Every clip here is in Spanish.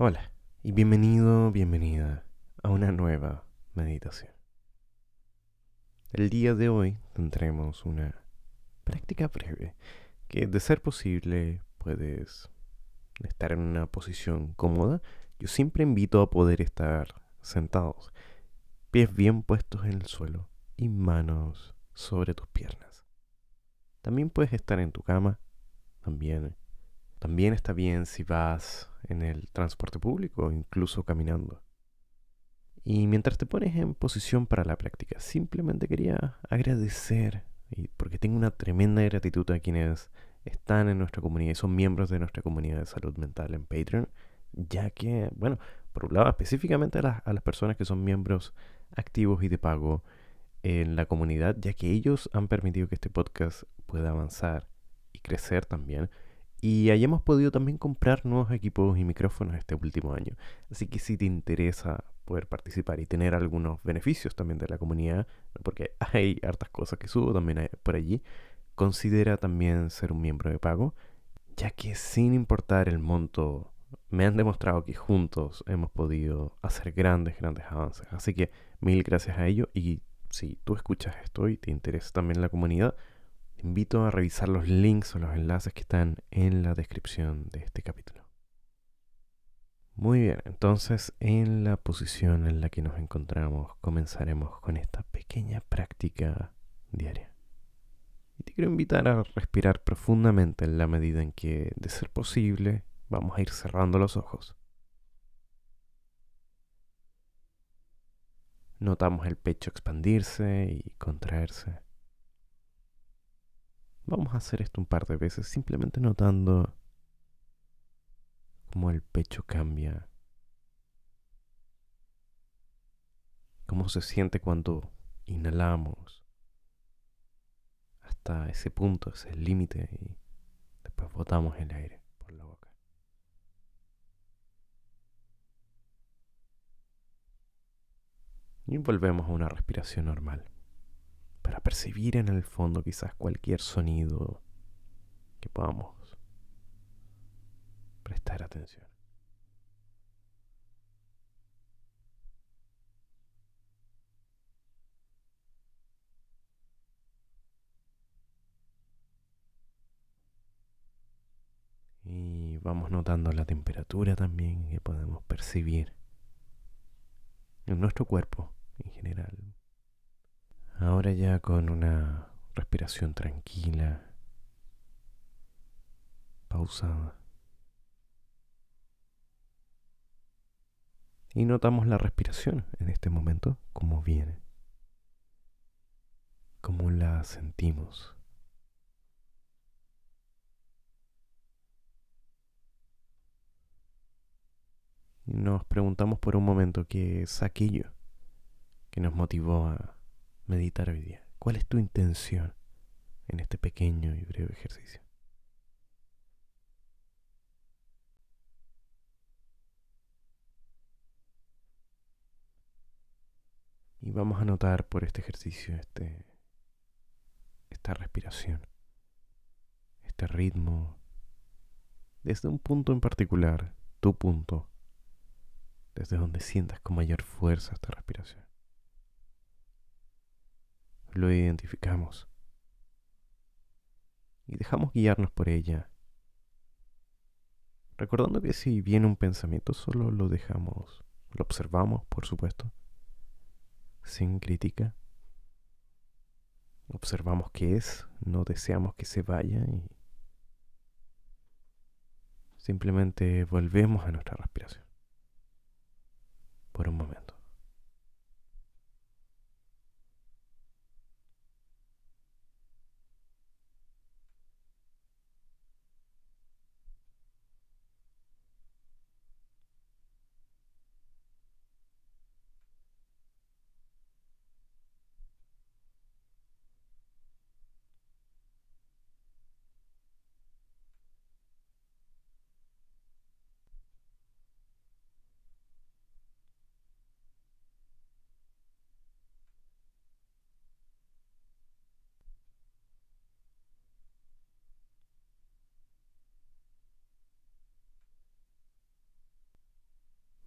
Hola y bienvenido, bienvenida a una nueva meditación. El día de hoy tendremos una práctica breve que, de ser posible, puedes estar en una posición cómoda. Yo siempre invito a poder estar sentados, pies bien puestos en el suelo y manos sobre tus piernas. También puedes estar en tu cama, también, también está bien si vas en el transporte público o incluso caminando. Y mientras te pones en posición para la práctica, simplemente quería agradecer, y porque tengo una tremenda gratitud a quienes están en nuestra comunidad y son miembros de nuestra comunidad de salud mental en Patreon, ya que, bueno, por un lado específicamente a las personas que son miembros activos y de pago en la comunidad, ya que ellos han permitido que este podcast pueda avanzar y crecer también. Y hayamos podido también comprar nuevos equipos y micrófonos este último año. Así que si te interesa poder participar y tener algunos beneficios también de la comunidad, ¿no? Porque hay hartas cosas que subo también por allí, considera también ser un miembro de pago, ya que sin importar el monto, me han demostrado que juntos hemos podido hacer grandes, grandes avances. Así que mil gracias a ello, y si tú escuchas esto y te interesa también la comunidad, te invito a revisar los links o los enlaces que están en la descripción de este capítulo. Muy bien, entonces en la posición en la que nos encontramos comenzaremos con esta pequeña práctica diaria. Y te quiero invitar a respirar profundamente en la medida en que, de ser posible, vamos a ir cerrando los ojos. Notamos el pecho expandirse y contraerse. Vamos a hacer esto un par de veces, simplemente notando cómo el pecho cambia, cómo se siente cuando inhalamos hasta ese punto, ese límite, y después botamos el aire por la boca. Y volvemos a una respiración normal, para percibir en el fondo quizás cualquier sonido que podamos prestar atención. Y vamos notando la temperatura también que podemos percibir en nuestro cuerpo en general. Ahora ya con una respiración tranquila, pausada. Y notamos la respiración en este momento, cómo viene, cómo la sentimos. Y nos preguntamos por un momento qué es aquello que nos motivó a meditar hoy día. ¿Cuál es tu intención en este pequeño y breve ejercicio? Y vamos a notar por este ejercicio esta respiración, este ritmo, desde un punto en particular, tu punto, desde donde sientas con mayor fuerza esta respiración. Lo identificamos y dejamos guiarnos por ella, recordando que si viene un pensamiento solo lo dejamos, lo observamos, por supuesto, sin crítica. Observamos qué es, no deseamos que se vaya y simplemente volvemos a nuestra respiración por un momento.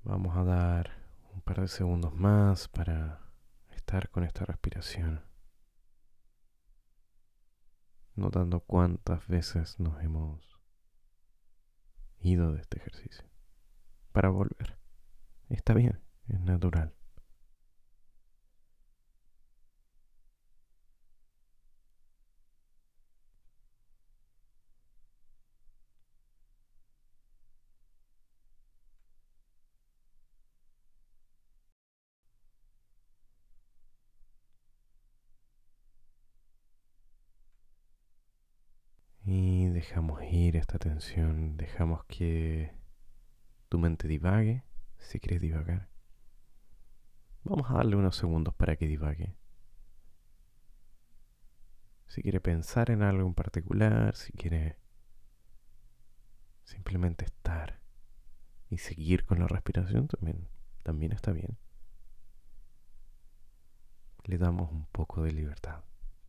Vamos a dar un par de segundos más para estar con esta respiración, notando cuántas veces nos hemos ido de este ejercicio para volver. Está bien, es natural. Y dejamos ir esta tensión, dejamos que tu mente divague, si quieres divagar. Vamos a darle unos segundos para que divague. Si quiere pensar en algo en particular, si quiere simplemente estar y seguir con la respiración, también está bien. Le damos un poco de libertad.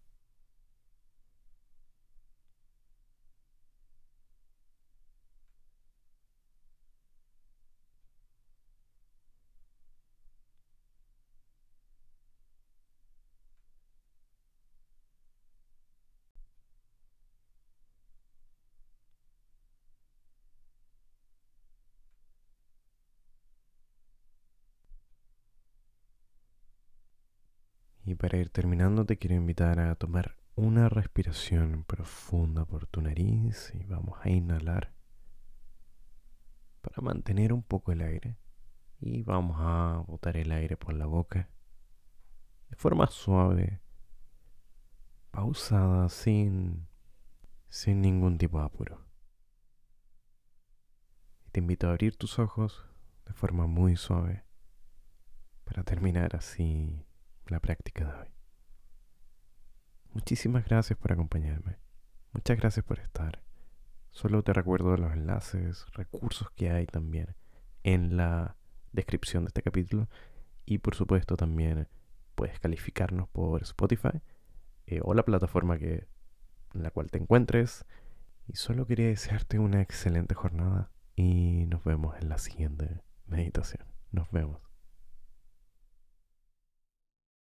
Y para ir terminando te quiero invitar a tomar una respiración profunda por tu nariz y vamos a inhalar para mantener un poco el aire y vamos a botar el aire por la boca de forma suave, pausada, sin ningún tipo de apuro. Y te invito a abrir tus ojos de forma muy suave para terminar así la práctica de hoy. Muchísimas gracias por acompañarme. Muchas gracias por estar. Solo te recuerdo los enlaces, recursos que hay también en la descripción de este capítulo. Y por supuesto también puedes calificarnos por Spotify o la plataforma en la cual te encuentres. Y solo quería desearte una excelente jornada y nos vemos en la siguiente meditación. Nos vemos.